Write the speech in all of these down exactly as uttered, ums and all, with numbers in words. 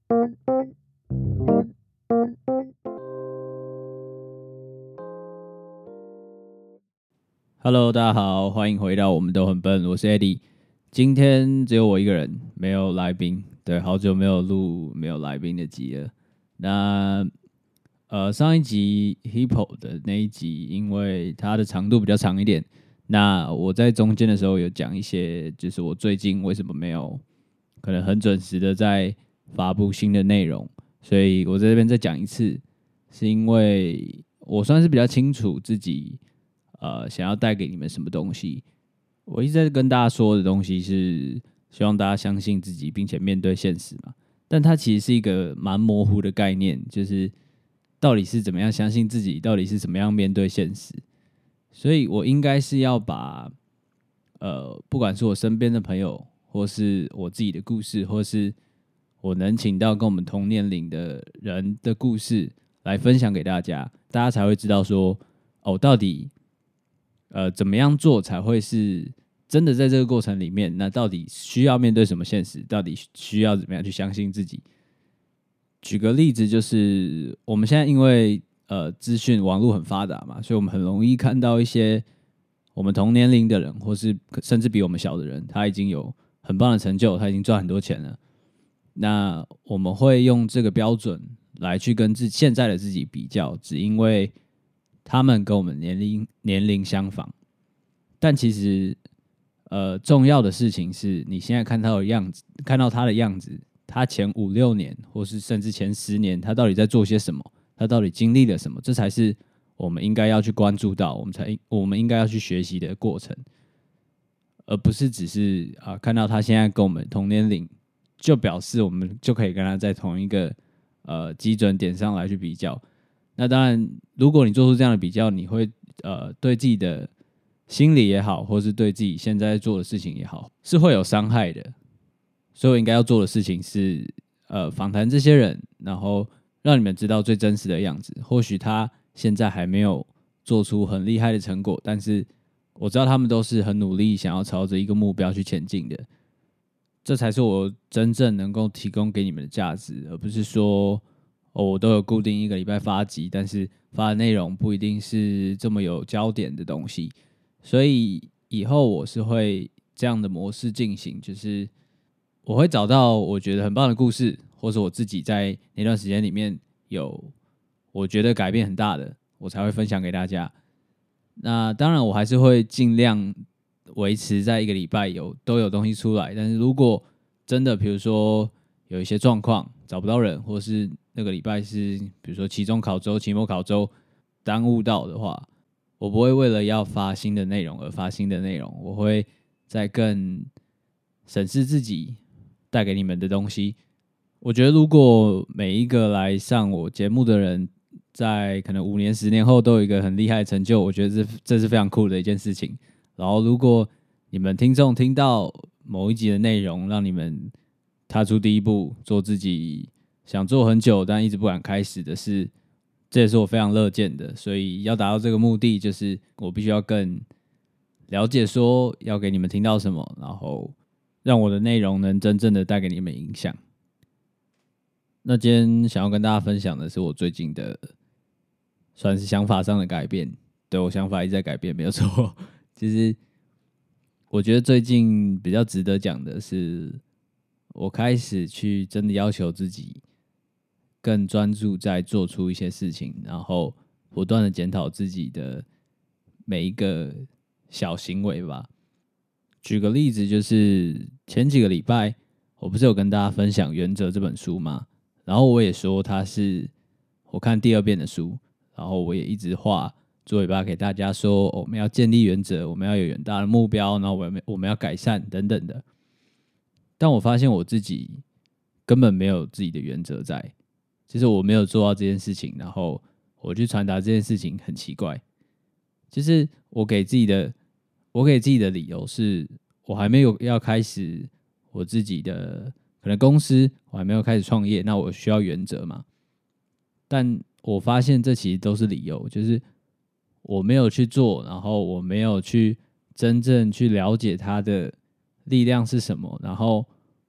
Hello，大家好，欢迎回到我们都很笨，我是 Eddie。今天只有我一个人，没有来宾。对，好久没有录没有来宾的集了。那呃，上一集 Hippo 的那一集，因为它的长度比较长一点，那我在中间的时候有讲一些，就是我最近为什么没有可能很准时的在发布新的内容，所以我在这边再讲一次，是因为我算是比较清楚自己呃想要带给你们什么东西。我一直在跟大家说的东西是希望大家相信自己，并且面对现实嘛。但它其实是一个蛮模糊的概念，就是到底是怎么样相信自己，到底是怎么样面对现实。所以我应该是要把呃，不管是我身边的朋友，或是我自己的故事，或是我能请到跟我们同年龄的人的故事来分享给大家，大家才会知道说，哦，到底呃怎么样做才会是真的在这个过程里面，那到底需要面对什么现实？到底需要怎么样去相信自己？举个例子，就是我们现在因为呃资讯网络很发达嘛，所以我们很容易看到一些我们同年龄的人，或是甚至比我们小的人，他已经有很棒的成就，他已经赚很多钱了。那我们会用这个标准来去跟自现在的自己比较，只因为他们跟我们年龄年龄相仿。但其实，呃，重要的事情是你现在看到的样子，看到他的样子，他前五六年，或是甚至前十年，他到底在做些什么？他到底经历了什么？这才是我们应该要去关注到，我们才我们应该要去学习的过程，而不是只是啊、呃、看到他现在跟我们同年龄，就表示我们就可以跟他在同一个呃基准点上来去比较。那当然，如果你做出这样的比较，你会呃对自己的心理也好，或是对自己现在做的事情也好，是会有伤害的。所以我应该要做的事情是，呃，访谈这些人，然后让你们知道最真实的样子。或许他现在还没有做出很厉害的成果，但是我知道他们都是很努力，想要朝着一个目标去前进的。这才是我真正能够提供给你们的价值，而不是说，哦，我都有固定一个礼拜发集，但是发的内容不一定是这么有焦点的东西。所以以后我是会这样的模式进行，就是我会找到我觉得很棒的故事，或是我自己在那段时间里面有我觉得改变很大的，我才会分享给大家。那当然，我还是会尽量维持在一个礼拜有都有东西出来。但是如果真的，比如说有一些状况找不到人，或是那个礼拜是比如说期中考周、期末考周耽误到的话，我不会为了要发新的内容而发新的内容，我会再更审视自己带给你们的东西。我觉得如果每一个来上我节目的人，在可能五年、十年后都有一个很厉害的成就，我觉得这这是非常酷的一件事情。然后，如果你们听众听到某一集的内容，让你们踏出第一步，做自己想做很久但一直不敢开始的事，这也是我非常乐见的。所以，要达到这个目的，就是我必须要更了解说要给你们听到什么，然后让我的内容能真正的带给你们影响。那今天想要跟大家分享的是我最近的算是想法上的改变。对，我想法一直在改变，没有错。其实我觉得最近比较值得讲的是，我开始去真的要求自己更专注在做出一些事情，然后不断的检讨自己的每一个小行为吧。举个例子，就是前几个礼拜，我不是有跟大家分享《原则》这本书吗？然后我也说它是我看第二遍的书，然后我也一直画作尾巴给大家说，哦，我们要建立原则，我们要有远大的目标，然后我们我们要改善等等的。但我发现我自己根本没有自己的原则在，就是我没有做到这件事情，然后我去传达这件事情很奇怪。就是我给自己的，我给自己的理由是，我还没有要开始我自己的可能公司，我还没有开始创业，那我需要原则嘛？但我发现这其实都是理由，就是我没有去做，然后我没有去真正去了解它的力量是什么，然后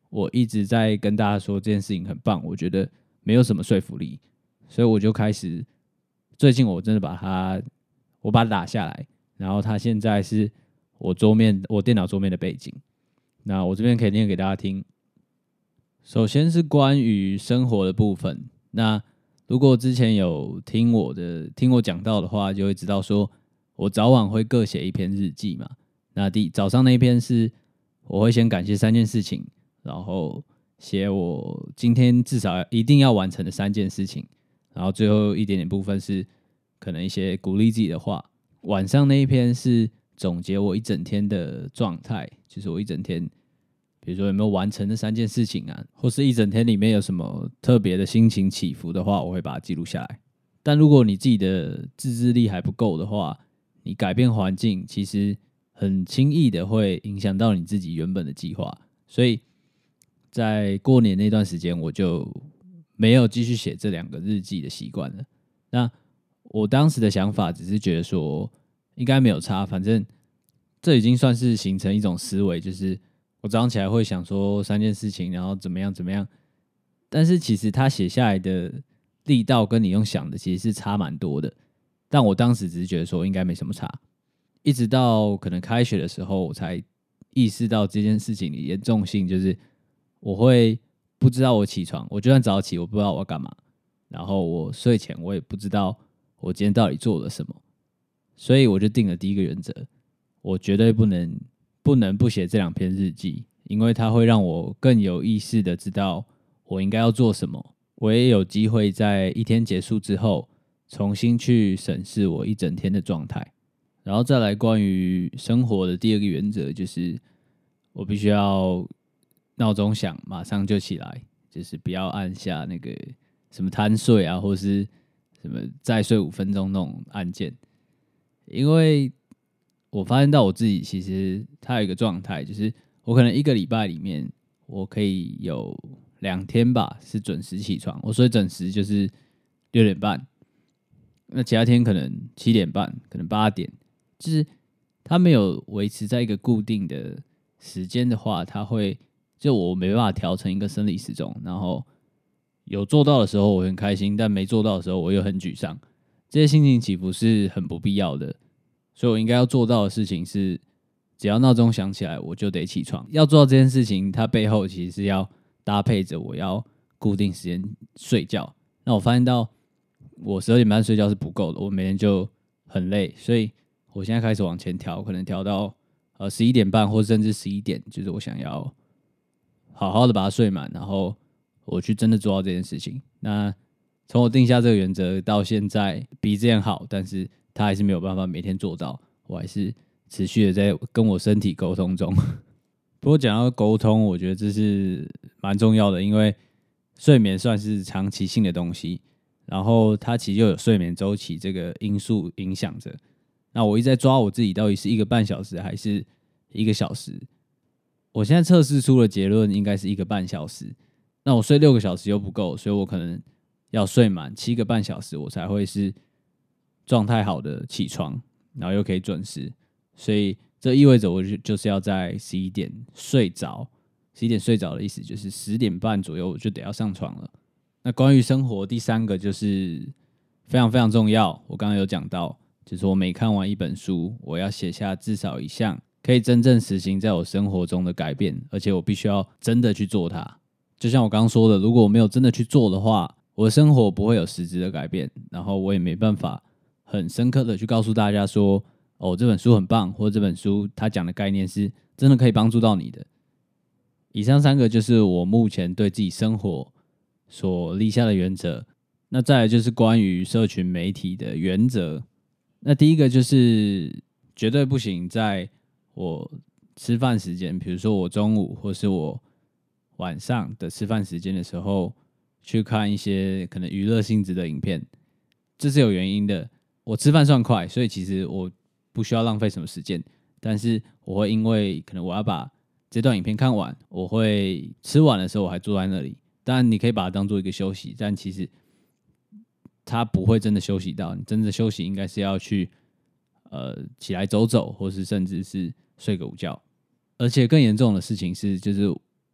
我一直在跟大家说这件事情很棒，我觉得没有什么说服力，所以我就开始最近我真的把它我把它打下来，然后它现在是我桌面我电脑桌面的背景。那我这边可以念给大家听。首先是关于生活的部分，那如果之前有听我的听我讲到的话，就会知道说我早晚会各写一篇日记嘛。那第早上那一篇是我会先感谢三件事情，然后写我今天至少一定要完成的三件事情，然后最后一点点部分是可能一些鼓励自己的话。晚上那一篇是总结我一整天的状态，就是我一整天比如说有没有完成那三件事情啊，或是一整天里面有什么特别的心情起伏的话，我会把它记录下来。但如果你自己的自制力还不够的话，你改变环境其实很轻易的会影响到你自己原本的计划。所以在过年那段时间，我就没有继续写这两个日记的习惯了。那我当时的想法只是觉得说应该没有差，反正这已经算是形成一种思维，就是我早上起来会想说三件事情，然后怎么样怎么样，但是其实他写下来的力道跟你用想的其实是差蛮多的。但我当时只是觉得说应该没什么差，一直到可能开学的时候，我才意识到这件事情的严重性，就是我会不知道我起床，我就算早起，我不知道我要干嘛，然后我睡前我也不知道我今天到底做了什么，所以我就定了第一个原则，我绝对不能不能不写这两篇日记，因为它会让我更有意识的知道我应该要做什么，我也有机会在一天结束之后重新去审视我一整天的状态。然后再来关于生活的第二个原则，就是我必须要闹钟响马上就起来，就是不要按下那个什么贪睡啊，或是什么再睡五分钟那种按键。因为我发现到我自己其实它有一个状态，就是我可能一个礼拜里面我可以有两天吧是准时起床，我所以准时就是六点半，那其他天可能七点半，可能八点，就是它没有维持在一个固定的时间的话，它会就我没办法调成一个生理时钟，然后有做到的时候我很开心，但没做到的时候我又很沮丧，这些心情起伏是很不必要的。所以我应该要做到的事情是，只要闹钟响起来我就得起床。要做到这件事情，它背后其实是要搭配着我要固定时间睡觉。那我发现到我十二点半睡觉是不够的，我每天就很累，所以我现在开始往前调，可能调到呃十一点半或甚至十一点，就是我想要好好的把它睡满，然后我去真的做到这件事情。那从我定下这个原则到现在，比之前好，但是他还是没有办法每天做到，我还是持续的在跟我身体沟通中。不过讲到沟通，我觉得这是蛮重要的，因为睡眠算是长期性的东西，然后它其实又有睡眠周期这个因素影响着。那我一直在抓我自己到底是一个半小时还是一个小时。我现在测试出的结论应该是一个半小时。那我睡六个小时又不够，所以我可能要睡满七个半小时，我才会是状态好的起床，然后又可以准时。所以这意味着我就就是要在十一点睡着。十一点睡着的意思就是十点半左右我就得要上床了。那关于生活，第三个就是非常非常重要。我刚刚有讲到，就是我每看完一本书，我要写下至少一项可以真正实行在我生活中的改变，而且我必须要真的去做它。就像我刚刚说的，如果我没有真的去做的话，我的生活不会有实质的改变，然后我也没办法很深刻的去告诉大家说，哦，这本书很棒，或者这本书它讲的概念是真的可以帮助到你的。以上三个就是我目前对自己生活所立下的原则。那再来就是关于社群媒体的原则。那第一个就是绝对不行在我吃饭时间，比如说我中午或是我晚上的吃饭时间的时候去看一些可能娱乐性质的影片，这是有原因的。我吃饭算快，所以其实我不需要浪费什么时间，但是我会因为可能我要把这段影片看完，我会吃完的时候我还坐在那里。当然你可以把它当做一个休息，但其实它不会真的休息到。你真的休息应该是要去呃起来走走，或是甚至是睡个午觉。而且更严重的事情是，就是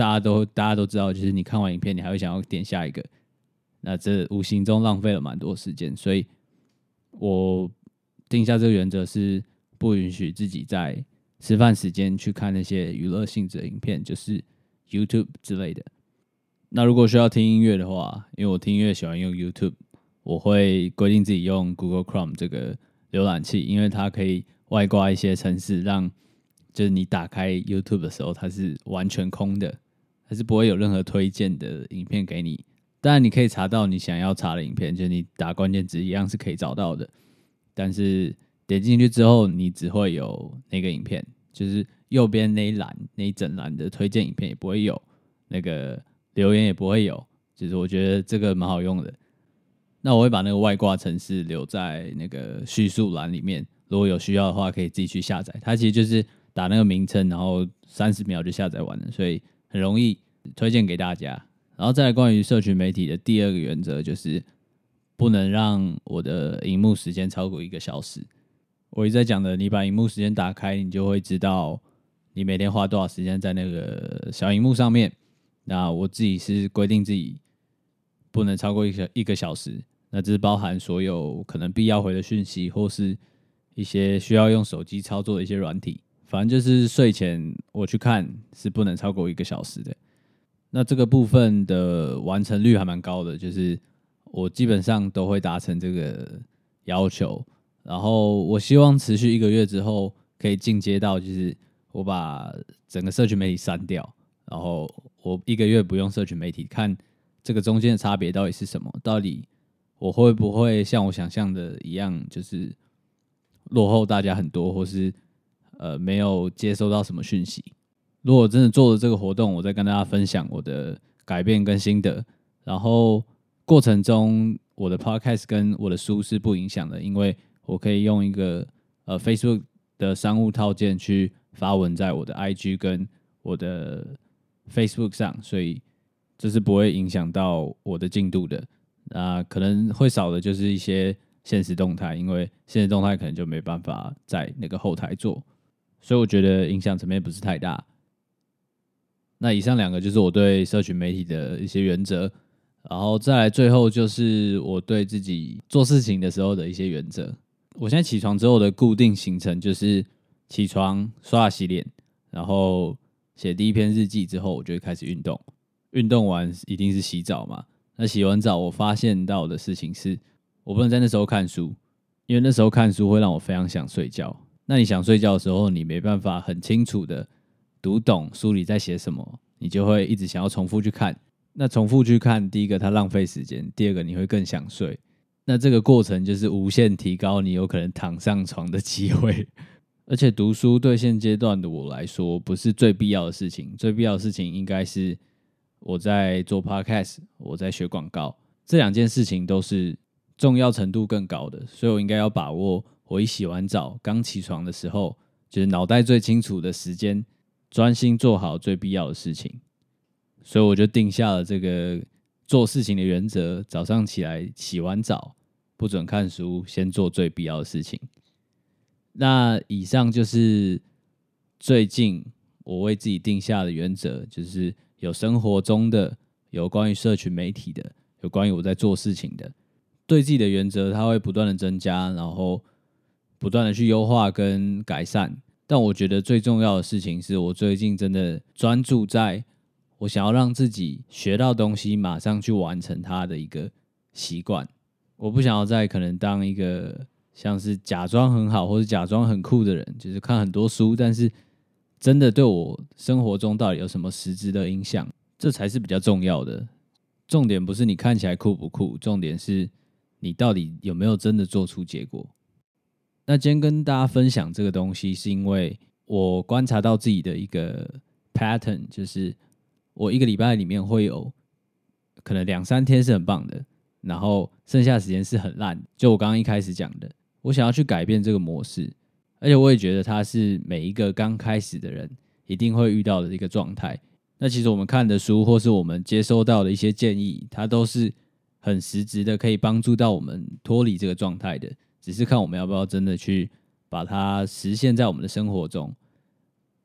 大家都大家都知道，就是你看完影片，你还会想要点下一个，那这无形中浪费了蛮多时间，所以我定下这个原则是不允许自己在吃饭时间去看那些娱乐性质的影片，就是 YouTube 之类的。那如果需要听音乐的话，因为我听音乐喜欢用 YouTube， 我会规定自己用 Google Chrome 这个浏览器，因为它可以外挂一些程式，让就是你打开 YouTube 的时候，它是完全空的，它是不会有任何推荐的影片给你。当然，你可以查到你想要查的影片，就是你打关键字一样是可以找到的。但是点进去之后，你只会有那个影片，就是右边那一栏那一整栏的推荐影片也不会有，那个留言也不会有。就是我觉得这个蛮好用的。那我会把那个外挂程式留在那个叙述栏里面，如果有需要的话，可以自己去下载。它其实就是打那个名称，然后三十秒就下载完了，所以很容易，推荐给大家。然后再来关于社群媒体的第二个原则就是不能让我的荧幕时间超过一个小时。我一直在讲的，你把荧幕时间打开，你就会知道你每天花多少时间在那个小荧幕上面。那我自己是规定自己不能超过一个一个小时，那这是包含所有可能必要回的讯息，或是一些需要用手机操作的一些软体。反正就是睡前我去看是不能超过一个小时的。那这个部分的完成率还蛮高的，就是我基本上都会达成这个要求。然后我希望持续一个月之后可以进阶到，就是我把整个社群媒体删掉，然后我一个月不用社群媒体，看这个中间的差别到底是什么，到底我会不会像我想象的一样，就是落后大家很多，或是呃没有接收到什么讯息。如果真的做了这个活动，我再跟大家分享我的改变跟心得。然后过程中，我的 podcast 跟我的书是不影响的，因为我可以用一个呃 Facebook 的商务套件去发文在我的 I G 跟我的 Facebook 上，所以这是不会影响到我的进度的。那可能会少的就是一些限时动态，因为限时动态可能就没办法在那个后台做，所以我觉得影响层面不是太大。那以上两个就是我对社群媒体的一些原则，然后再来最后就是我对自己做事情的时候的一些原则。我现在起床之后的固定行程就是起床、刷牙、洗脸，然后写第一篇日记之后，我就会开始运动。运动完一定是洗澡嘛，那洗完澡我发现到的事情是，我不能在那时候看书，因为那时候看书会让我非常想睡觉。那你想睡觉的时候，你没办法很清楚的读懂书里在写什么，你就会一直想要重复去看。那重复去看，第一个它浪费时间，第二个你会更想睡。那这个过程就是无限提高你有可能躺上床的机会。而且读书对现阶段的我来说不是最必要的事情，最必要的事情应该是我在做 podcast， 我在学广告，这两件事情都是重要程度更高的，所以我应该要把握我一洗完澡刚起床的时候，就是脑袋最清楚的时间，专心做好最必要的事情。所以我就定下了这个做事情的原则，早上起来洗完澡不准看书，先做最必要的事情。那以上就是最近我为自己定下的原则，就是有生活中的，有关于社群媒体的，有关于我在做事情的。对自己的原则它会不断的增加，然后不断的去优化跟改善。但我觉得最重要的事情是我最近真的专注在我想要让自己学到东西马上去完成它的一个习惯。我不想要再可能当一个像是假装很好或者假装很酷的人，就是看很多书，但是真的对我生活中到底有什么实质的影响，这才是比较重要的。重点不是你看起来酷不酷，重点是你到底有没有真的做出结果。那今天跟大家分享这个东西，是因为我观察到自己的一个 pattern， 就是我一个礼拜里面会有可能两三天是很棒的，然后剩下的时间是很烂。就我刚刚一开始讲的，我想要去改变这个模式，而且我也觉得它是每一个刚开始的人一定会遇到的一个状态。那其实我们看的书或是我们接收到的一些建议，它都是很实质的，可以帮助到我们脱离这个状态的，只是看我们要不要真的去把它实现在我们的生活中。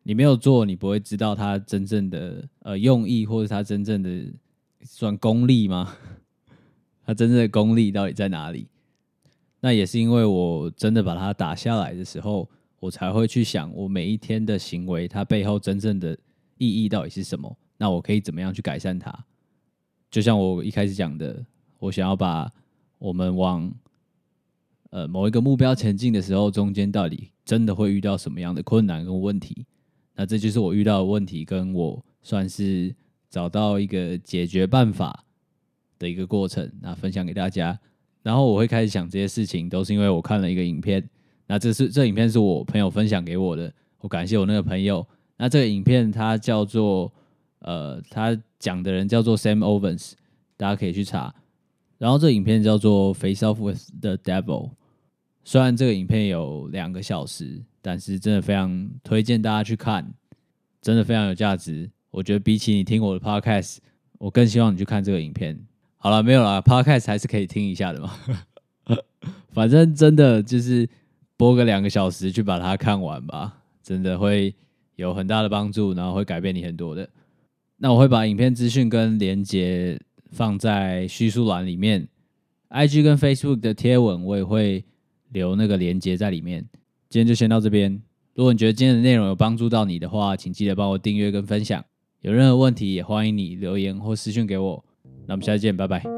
你没有做，你不会知道它真正的呃用意，或者它真正的算功力吗？它真正的功力到底在哪里？那也是因为我真的把它打下来的时候，我才会去想我每一天的行为，它背后真正的意义到底是什么？那我可以怎么样去改善它？就像我一开始讲的，我想要把我们往呃某一个目标前进的时候，中间到底真的会遇到什么样的困难跟问题？那这就是我遇到的问题，跟我算是找到一个解决办法的一个过程，那分享给大家。然后我会开始想这些事情，都是因为我看了一个影片。那这是这影片是我朋友分享给我的，我感谢我那个朋友。那这个影片它叫做呃，他讲的人叫做 Sam Ovens， 大家可以去查。然后这个影片叫做 Face Off with the Devil。虽然这个影片有两个小时，但是真的非常推荐大家去看，真的非常有价值。我觉得比起你听我的 podcast， 我更希望你去看这个影片。好了，没有啦 podcast 还是可以听一下的嘛。反正真的就是播个两个小时去把它看完吧，真的会有很大的帮助，然后会改变你很多的。那我会把影片资讯跟连结放在叙述栏里面 ，I G 跟 Facebook 的贴文我也会留那个连结在里面。今天就先到这边，如果你觉得今天的内容有帮助到你的话，请记得帮我订阅跟分享。有任何问题也欢迎你留言或私讯给我。那我们下次见，拜拜。